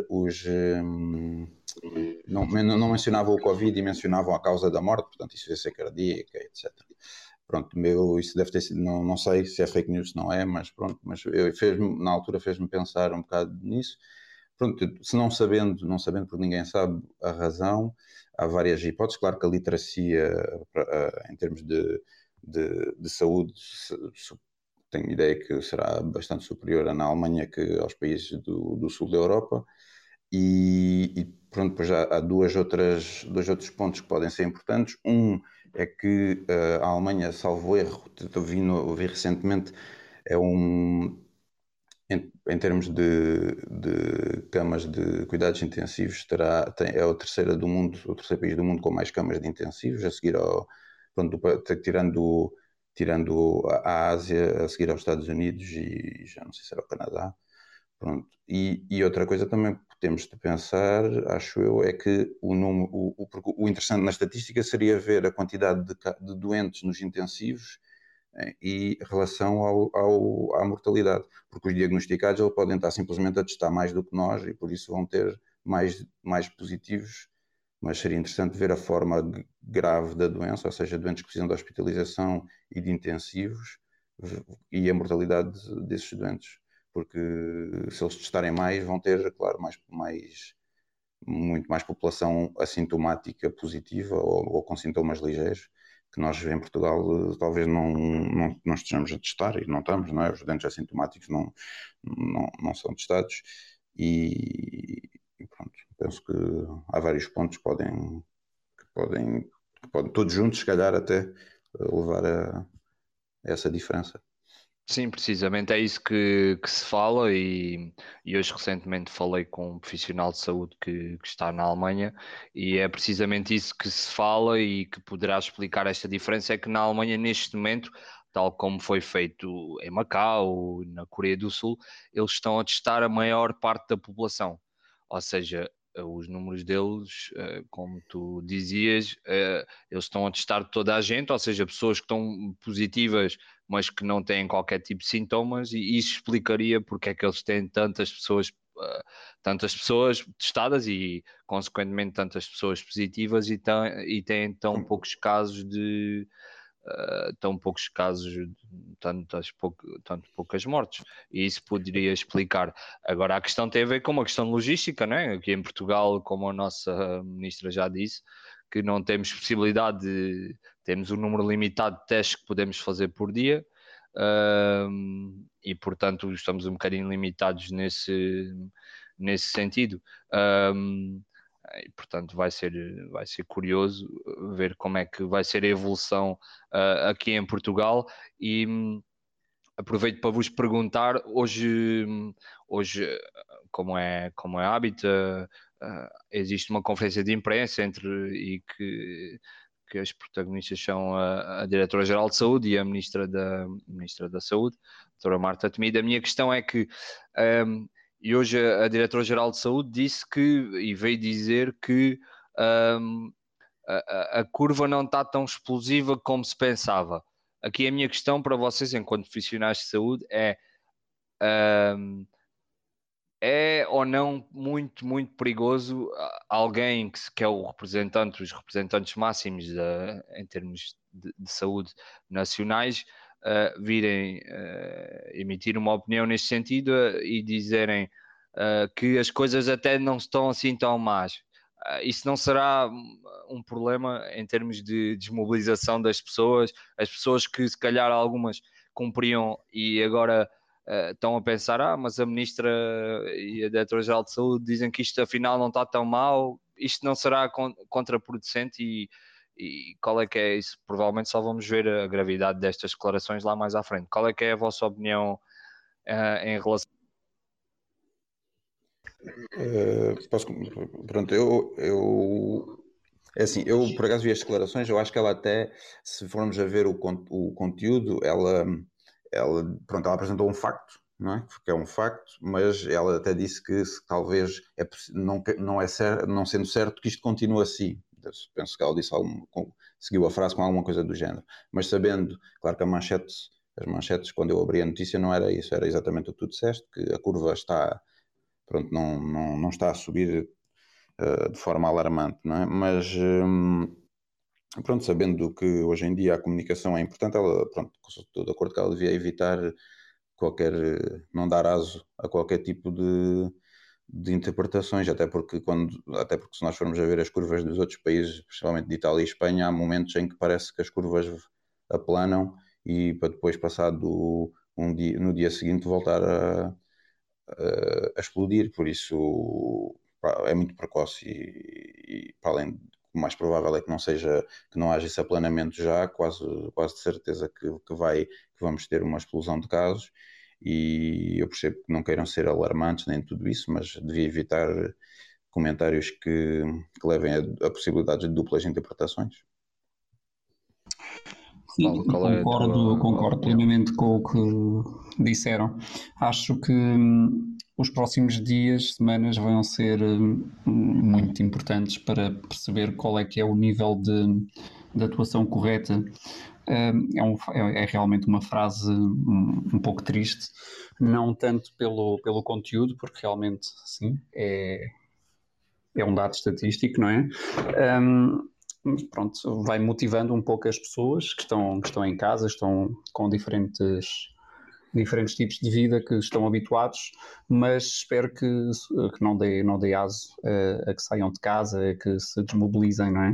[SPEAKER 3] não mencionavam o Covid e mencionavam a causa da morte, portanto insuficiência cardíaca, etc. Pronto, isso deve ter sido, não sei se é fake news, não é, mas pronto, na altura fez-me pensar um bocado nisso. Pronto, se não sabendo, porque ninguém sabe a razão, há várias hipóteses. Claro que a literacia em termos de saúde, tenho ideia que será bastante superior na Alemanha que aos países do sul da Europa. E pronto, depois há dois outros pontos que podem ser importantes. Um é que a Alemanha, salvo erro, ouvi recentemente, em termos de camas de cuidados intensivos, é o terceiro país do mundo com mais camas de intensivos, a seguir tirando a Ásia, a seguir aos Estados Unidos e já não sei se era o Canadá. Pronto. E outra coisa também que temos de pensar, acho eu, é que o interessante na estatística seria ver a quantidade de doentes nos intensivos e relação à mortalidade, porque os diagnosticados eles podem estar simplesmente a testar mais do que nós e por isso vão ter mais positivos, mas seria interessante ver a forma grave da doença, ou seja, doentes que precisam de hospitalização e de intensivos e a mortalidade desses doentes, porque se eles testarem mais vão ter, claro, muito mais população assintomática positiva ou com sintomas ligeiros, que nós em Portugal talvez não estejamos a testar, e não estamos, não é? Os doentes assintomáticos não são testados e pronto, penso que há vários pontos que podem todos juntos, se calhar, até levar a essa diferença.
[SPEAKER 2] Sim, precisamente é isso que se fala e hoje recentemente falei com um profissional de saúde que está na Alemanha e é precisamente isso que se fala e que poderá explicar esta diferença, é que na Alemanha neste momento tal como foi feito em Macau, na Coreia do Sul, eles estão a testar a maior parte da população. Ou seja, os números deles, como tu dizias, eles estão a testar toda a gente, ou seja, pessoas que estão positivas, mas que não têm qualquer tipo de sintomas, e isso explicaria porque é que eles têm tantas pessoas testadas e, consequentemente, tantas pessoas positivas e têm tão poucos casos de tanto poucas mortes, e isso poderia explicar. Agora a questão tem a ver com uma questão de logística, não é? Aqui em Portugal, como a nossa ministra já disse, que não temos possibilidade temos um número limitado de testes que podemos fazer por dia, e portanto estamos um bocadinho limitados nesse sentido. E, portanto, vai ser curioso ver como é que vai ser a evolução aqui em Portugal. E aproveito para vos perguntar, hoje como é hábito, existe uma conferência de imprensa e que as protagonistas são a Diretora-Geral de Saúde e a Ministra da Saúde, a doutora Marta Temido. A minha questão é que e hoje a Diretora-Geral de Saúde disse e veio dizer que a curva não está tão explosiva como se pensava. Aqui a minha questão para vocês, enquanto profissionais de saúde, é ou não muito, muito perigoso alguém que é os representantes máximos em termos de saúde nacionais, virem emitir uma opinião neste sentido e dizerem que as coisas até não estão assim tão más. Isso não será um problema em termos de desmobilização das pessoas, as pessoas que se calhar algumas cumpriam e agora estão a pensar, mas a Ministra e a Diretora-Geral de Saúde dizem que isto afinal não está tão mal, isto não será contraproducente e qual é que é isso? Provavelmente só vamos ver a gravidade destas declarações lá mais à frente. Qual é que é a vossa opinião em relação?
[SPEAKER 3] Pronto, é assim, eu por acaso vi as declarações, eu acho que ela até, se formos a ver o conteúdo, ela apresentou um facto, não é? Porque é um facto, mas ela até disse que talvez não sendo certo que isto continue assim. Penso que ela disse seguiu a frase com alguma coisa do género, mas sabendo, claro que as manchetes, quando eu abri a notícia, não era isso, era exatamente o que tu disseste, que a curva está, pronto, não está a subir de forma alarmante, não é? Mas pronto, sabendo que hoje em dia a comunicação é importante, ela, pronto, estou de acordo que ela devia evitar não dar aso a qualquer tipo de interpretações, até porque se nós formos a ver as curvas dos outros países, principalmente de Itália e Espanha, há momentos em que parece que as curvas aplanam e para depois passado no dia seguinte voltar a explodir, por isso é muito precoce e para além o mais provável é que não haja esse aplanamento já, quase de certeza que vamos ter uma explosão de casos, e eu percebo que não queiram ser alarmantes nem tudo isso, mas devia evitar comentários que levem a possibilidades de duplas interpretações.
[SPEAKER 4] Sim, concordo plenamente com o que disseram. Acho que os próximos dias, semanas vão ser muito importantes para perceber qual é que é o nível de atuação correta. É realmente uma frase um pouco triste, não tanto pelo conteúdo, porque realmente, sim, é um dado estatístico, não é? Mas pronto, vai motivando um pouco as pessoas que estão em casa, estão com diferentes tipos de vida que estão habituados, mas espero que não dê aso a que saiam de casa, a que se desmobilizem, não é?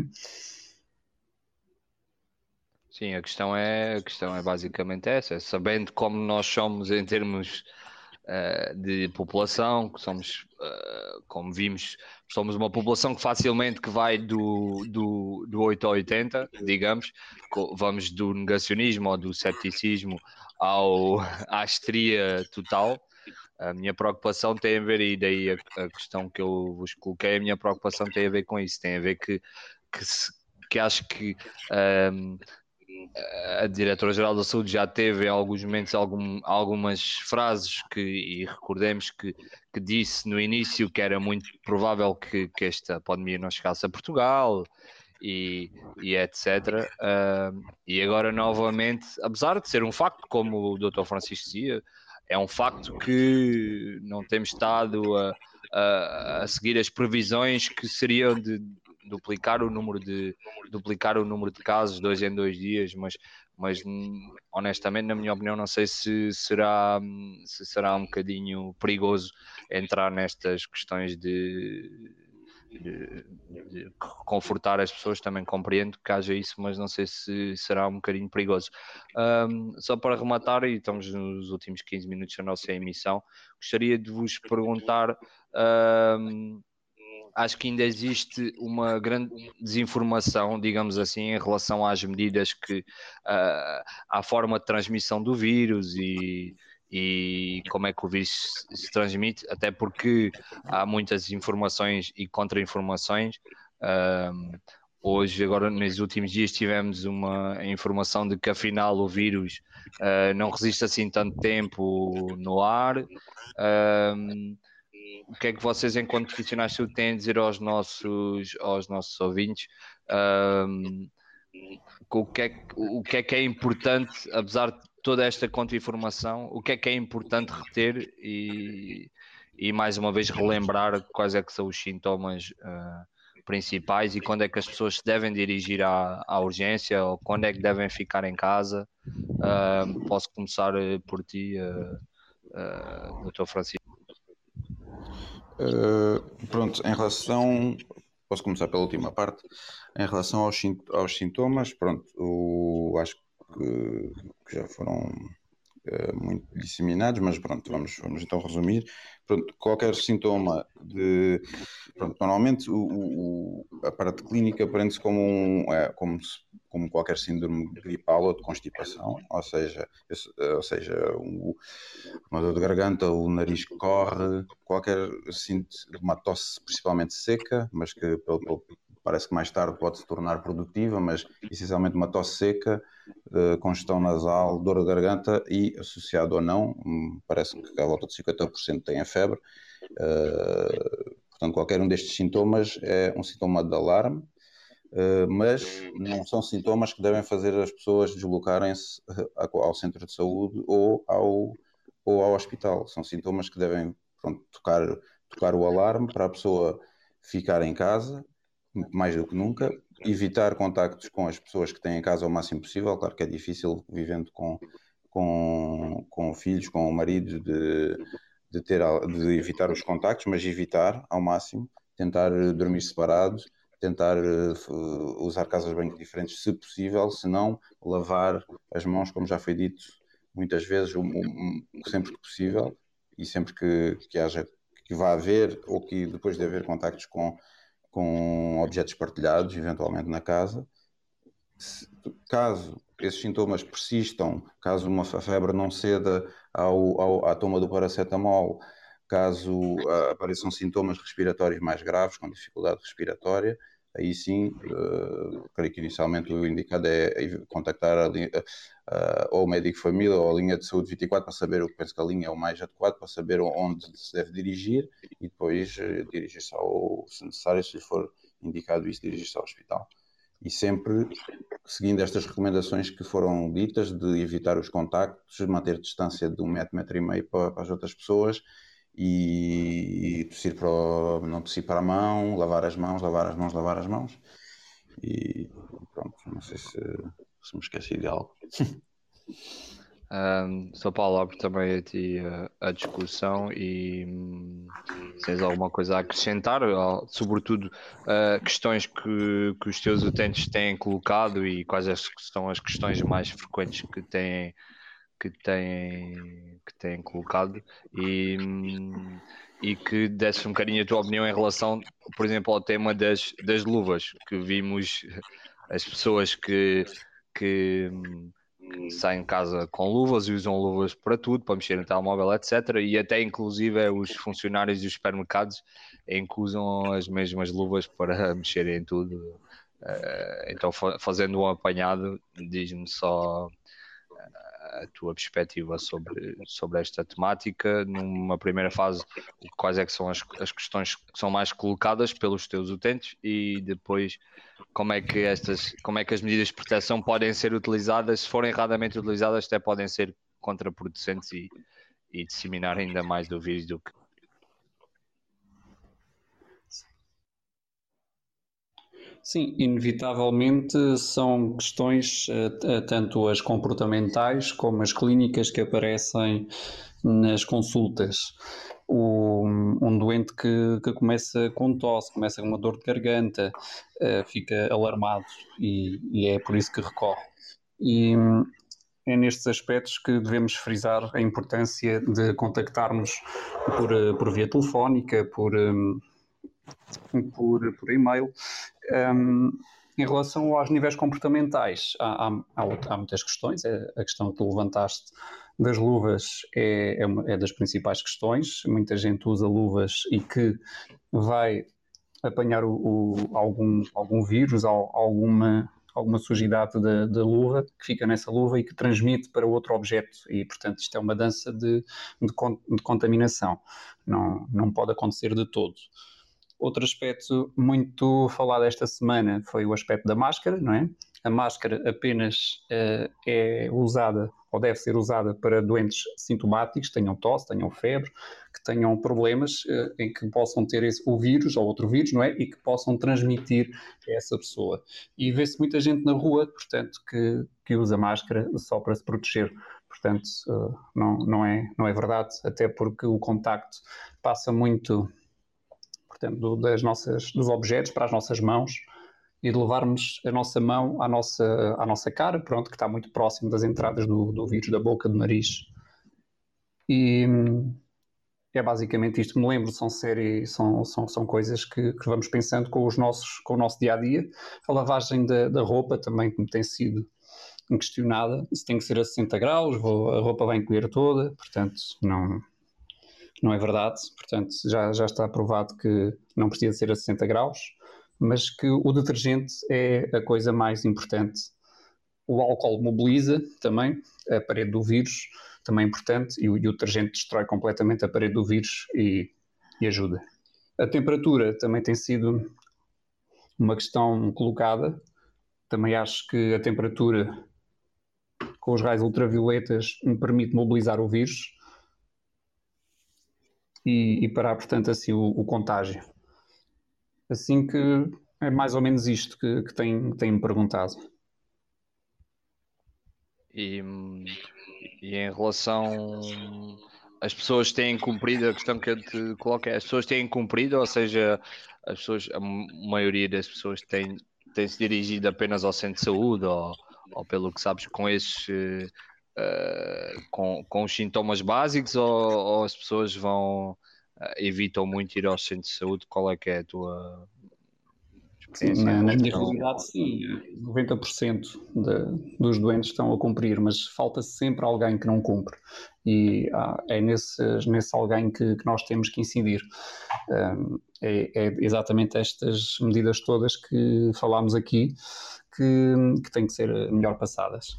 [SPEAKER 2] Sim, a questão é basicamente essa, sabendo como nós somos em termos de população, que somos, como vimos, somos uma população que facilmente vai do 8 ao 80, digamos, vamos do negacionismo ou do cepticismo à histeria total. A minha preocupação tem a ver, e daí a questão que eu vos coloquei, a minha preocupação tem a ver com isso, tem a ver que acho que a Diretora-Geral da Saúde já teve em alguns momentos algumas frases e recordemos que disse no início que era muito provável que esta pandemia não chegasse a Portugal e etc. E agora novamente, apesar de ser um facto, como o Dr. Francisco dizia, é um facto que não temos estado a seguir as previsões que seriam de duplicar o número de casos 2 em 2 dias, mas honestamente, na minha opinião, não sei se será um bocadinho perigoso entrar nestas questões de confortar as pessoas. Também compreendo que haja isso, mas não sei se será um bocadinho perigoso. Só para rematar, e estamos nos últimos 15 minutos da nossa emissão, gostaria de vos perguntar, acho que ainda existe uma grande desinformação, digamos assim, em relação às medidas à forma de transmissão do vírus e como é que o vírus se transmite, até porque há muitas informações e contra-informações. Hoje, agora, nos últimos dias, tivemos uma informação de que afinal o vírus não resiste assim tanto tempo no ar. O que é que vocês, enquanto profissionais de saúde, têm a dizer aos nossos ouvintes? O que é importante, apesar de toda esta contra-informação, o que é importante reter e mais uma vez relembrar quais é que são os sintomas principais e quando é que as pessoas se devem dirigir à urgência ou quando é que devem ficar em casa? Posso começar por ti, Dr. Francisco.
[SPEAKER 3] Pronto, em relação, posso começar pela última parte. Em relação aos sintomas, pronto, acho que já foram muito disseminados, mas pronto, vamos então resumir. Pronto, qualquer sintoma normalmente a parte clínica prende-se como qualquer síndrome gripal ou de constipação, ou seja, uma dor de garganta, o nariz que corre, qualquer uma tosse principalmente seca, mas que parece que mais tarde pode se tornar produtiva, mas essencialmente uma tosse seca, congestão nasal, dor de garganta e, associado ou não, parece que à volta de 50% têm a febre. Portanto, qualquer um destes sintomas é um sintoma de alarme, mas não são sintomas que devem fazer as pessoas deslocarem-se ao centro de saúde ou ao hospital. São sintomas que devem tocar o alarme para a pessoa ficar em casa, mais do que nunca, evitar contactos com as pessoas que têm em casa o máximo possível. Claro que é difícil, vivendo com filhos, com maridos, de evitar os contactos, mas evitar ao máximo, tentar dormir separados, tentar usar casas de banho diferentes se possível, se não, lavar as mãos, como já foi dito muitas vezes, sempre que possível, e sempre que vá haver ou que depois de haver contactos com objetos partilhados, eventualmente na casa. Caso esses sintomas persistam, caso uma febre não ceda à toma do paracetamol, caso apareçam sintomas respiratórios mais graves, com dificuldade respiratória, aí sim, creio que inicialmente o indicado é contactar ou o médico de família ou a linha de saúde 24 para saber, eu penso que a linha é o mais adequado para saber onde se deve dirigir e depois dirigir-se se necessário, se lhe for indicado isso, dirigir-se ao hospital. E sempre seguindo estas recomendações que foram ditas de evitar os contactos, manter distância de 1 metro e meio para as outras pessoas e não tossir para a mão, lavar as mãos e pronto, não sei se me esqueci de algo.
[SPEAKER 2] Só Paulo, abro também a ti a discussão e se tens alguma coisa a acrescentar, sobretudo questões que os teus utentes têm colocado e quais são as questões mais frequentes que têm colocado e que desse um bocadinho a tua opinião em relação, por exemplo, ao tema das luvas, que vimos as pessoas que saem de casa com luvas e usam luvas para tudo, para mexer no telemóvel, etc. E até inclusive os funcionários dos supermercados em que usam as mesmas luvas para mexer em tudo. Então, fazendo um apanhado, diz-me só a tua perspectiva sobre esta temática. Numa primeira fase, quais é que são as questões que são mais colocadas pelos teus utentes, e depois como é que as medidas de proteção podem ser utilizadas, se forem erradamente utilizadas, até podem ser contraproducentes e disseminar ainda mais do vírus do que...
[SPEAKER 4] Sim, inevitavelmente são questões, tanto as comportamentais como as clínicas, que aparecem nas consultas. Um doente que começa com tosse, começa com uma dor de garganta, fica alarmado e é por isso que recorre. E é nestes aspectos que devemos frisar a importância de contactarmos por via telefónica, por e-mail. Em relação aos níveis comportamentais, há muitas questões. A questão que tu levantaste das luvas é das principais questões. Muita gente usa luvas e que vai apanhar algum vírus, alguma sujidade da luva, que fica nessa luva e que transmite para outro objeto, e portanto isto é uma dança de contaminação. Não pode acontecer de todo. Outro aspecto muito falado esta semana foi o aspecto da máscara, não é? A máscara apenas é usada, ou deve ser usada, para doentes sintomáticos, tenham tosse, tenham febre, que tenham problemas em que possam ter o vírus ou outro vírus, não é? E que possam transmitir a essa pessoa. E vê-se muita gente na rua, portanto, que usa máscara só para se proteger. Portanto, não é verdade, até porque o contacto passa muito, portanto, dos objetos para as nossas mãos, e de levarmos a nossa mão à nossa cara, pronto, que está muito próximo das entradas do vírus, da boca, do nariz. E é basicamente isto que me lembro. São coisas que vamos pensando com o nosso dia-a-dia. A lavagem da roupa também, como tem sido questionada, se tem que ser a 60 graus, a roupa vai encolher toda, portanto, não é verdade. Portanto, já está provado que não precisa ser a 60 graus, mas que o detergente é a coisa mais importante. O álcool mobiliza também a parede do vírus, também é importante, e o detergente destrói completamente a parede do vírus e ajuda. A temperatura também tem sido uma questão colocada. Também acho que a temperatura com os raios ultravioletas me permite mobilizar o vírus e parar, portanto, assim o contágio. Assim que é mais ou menos isto que tem-me perguntado.
[SPEAKER 2] E em relação... As pessoas têm cumprido, a questão que eu te coloco é: as pessoas têm cumprido, ou seja, a maioria das pessoas tem-se dirigido apenas ao centro de saúde, ou pelo que sabes, com esses... com os sintomas básicos, ou as pessoas evitam muito ir ao centro de saúde? Qual é que é a tua experiência?
[SPEAKER 4] Sim, na minha realidade, sim, 90% dos doentes estão a cumprir, mas falta sempre alguém que não cumpre, e é nesse alguém que nós temos que incidir. É exatamente estas medidas todas que falámos aqui que têm que ser melhor passadas.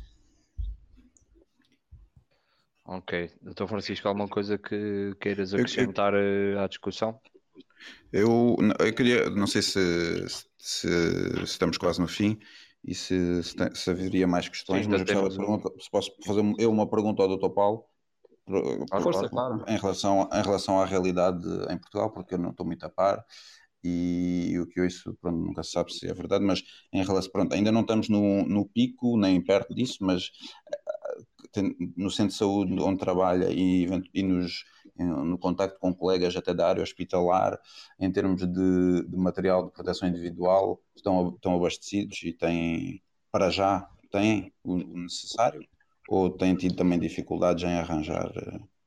[SPEAKER 2] Ok. Doutor Francisco, alguma coisa que queiras acrescentar à discussão?
[SPEAKER 3] Eu queria, não sei se estamos quase no fim e se haveria mais questões,
[SPEAKER 2] Sim,
[SPEAKER 3] mas eu gostava de perguntar, se posso fazer uma pergunta ao Dr. Paulo,
[SPEAKER 4] Força, claro.
[SPEAKER 3] em relação à realidade em Portugal, porque eu não estou muito a par, e o que eu ouço, pronto, nunca se sabe se é verdade, mas em relação, pronto, ainda não estamos no pico, nem perto disso, mas no centro de saúde onde trabalha e no contacto com colegas até da área hospitalar, em termos de material de proteção individual, estão abastecidos e têm, para já, têm o necessário, ou têm tido também dificuldades em arranjar?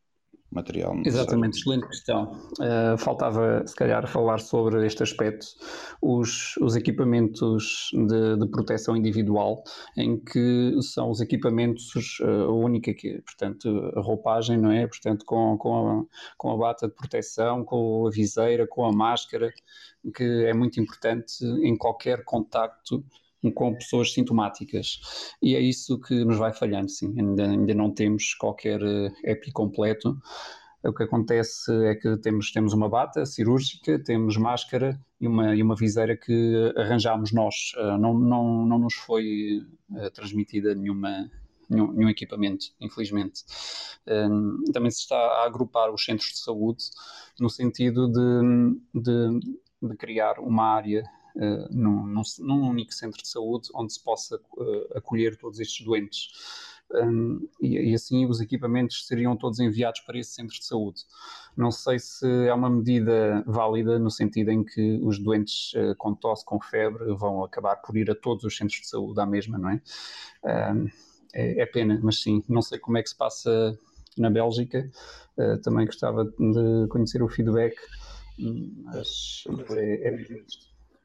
[SPEAKER 3] material necessário.
[SPEAKER 4] Exatamente, excelente questão. Faltava, se calhar, falar sobre este aspecto, os equipamentos de proteção individual, em que são os equipamentos, a única que, portanto, a roupagem, não é? Portanto, com a bata de proteção, com a viseira, com a máscara, que é muito importante em qualquer contacto com pessoas sintomáticas, e é isso que nos vai falhando, sim, ainda não temos qualquer EPI completo. O que acontece é que temos uma bata cirúrgica, temos máscara e uma viseira que arranjámos nós, não nos foi transmitida nenhum equipamento, infelizmente. Também se está a agrupar os centros de saúde no sentido de criar uma área num único centro de saúde onde se possa acolher todos estes doentes. E assim os equipamentos seriam todos enviados para esse centro de saúde. Não sei se é uma medida válida no sentido em que os doentes com tosse, com febre, vão acabar por ir a todos os centros de saúde à mesma, não é? É pena, mas sim, não sei como é que se passa na Bélgica. Também gostava de conhecer o feedback, mas é mesmo isto.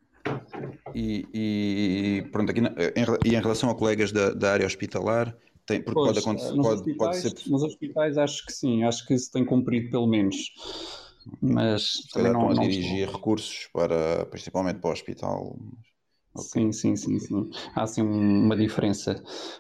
[SPEAKER 3] E pronto, aqui em relação a colegas da área hospitalar, porque pode acontecer.
[SPEAKER 4] Nos hospitais acho que sim, acho que se tem cumprido pelo menos. Mas
[SPEAKER 3] se calhar estão a dirigir recursos principalmente para o hospital.
[SPEAKER 4] Okay. Sim. Há sim uma diferença.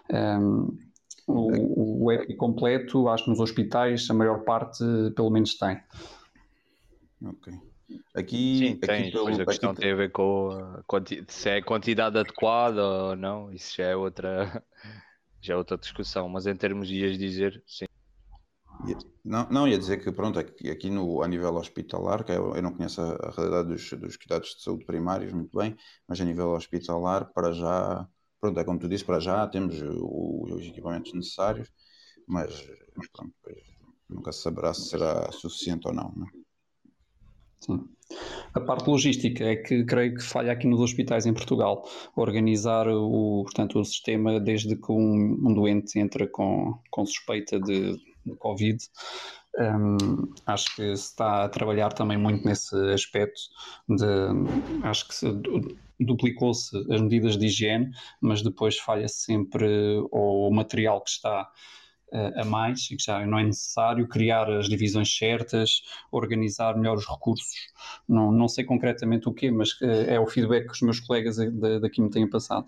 [SPEAKER 4] O EPI completo, acho que nos hospitais a maior parte pelo menos tem.
[SPEAKER 3] Ok. Aqui
[SPEAKER 2] tem, depois a questão tem a ver com se é a quantidade adequada ou não, isso já é outra discussão, mas em termos de ias dizer, sim.
[SPEAKER 3] Não, ia dizer que pronto, aqui a nível hospitalar, que eu não conheço a realidade dos cuidados de saúde primários muito bem, mas a nível hospitalar, para já, pronto, é como tu disse, para já temos os equipamentos necessários, mas pronto, nunca se saberá se será suficiente ou não, não é?
[SPEAKER 4] Sim. A parte logística é que creio que falha aqui nos hospitais em Portugal, organizar portanto, o sistema desde que um doente entra com suspeita de Covid. Acho que se está a trabalhar também muito nesse aspecto, acho que duplicou-se as medidas de higiene, mas depois falha sempre o material que está a mais, e que já não é necessário criar as divisões certas, organizar melhor os recursos. Não sei concretamente o quê, mas é o feedback que os meus colegas daqui me têm passado.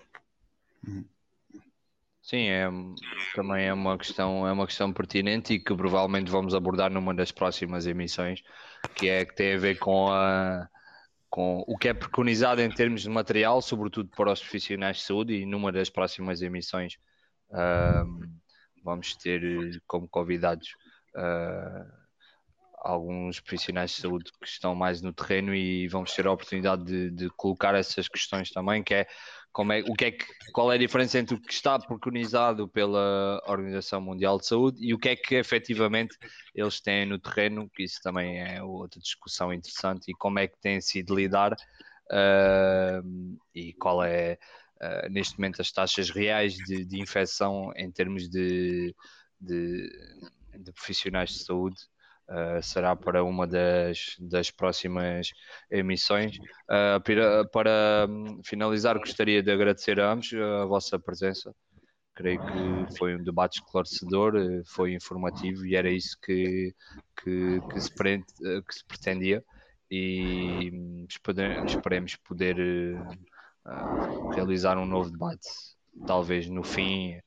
[SPEAKER 2] Sim, também é uma questão pertinente e que provavelmente vamos abordar numa das próximas emissões, que tem a ver com o que é preconizado em termos de material, sobretudo para os profissionais de saúde, e numa das próximas emissões vamos ter como convidados alguns profissionais de saúde que estão mais no terreno e vamos ter a oportunidade de colocar essas questões também, que é qual é a diferença entre o que está preconizado pela Organização Mundial de Saúde e o que é que efetivamente eles têm no terreno, que isso também é outra discussão interessante, e como é que tem sido lidar e qual é neste momento as taxas reais de infecção em termos de profissionais de saúde. Será para uma das próximas emissões. Para finalizar, gostaria de agradecer a ambos a vossa presença. Creio que foi um debate esclarecedor, foi informativo e era isso que se pretendia, e esperemos poder realizar um novo debate, talvez no fim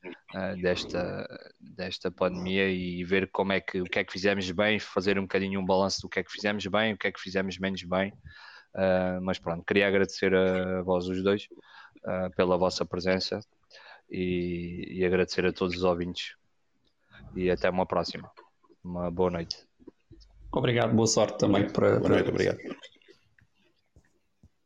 [SPEAKER 2] desta pandemia, e ver o que é que fizemos bem, fazer um bocadinho um balanço do que é que fizemos bem, o que é que fizemos menos bem. Mas pronto, queria agradecer a vós os dois pela vossa presença e agradecer a todos os ouvintes, e até uma próxima. Uma boa noite.
[SPEAKER 4] Obrigado, boa sorte também.
[SPEAKER 3] Boa noite, obrigado.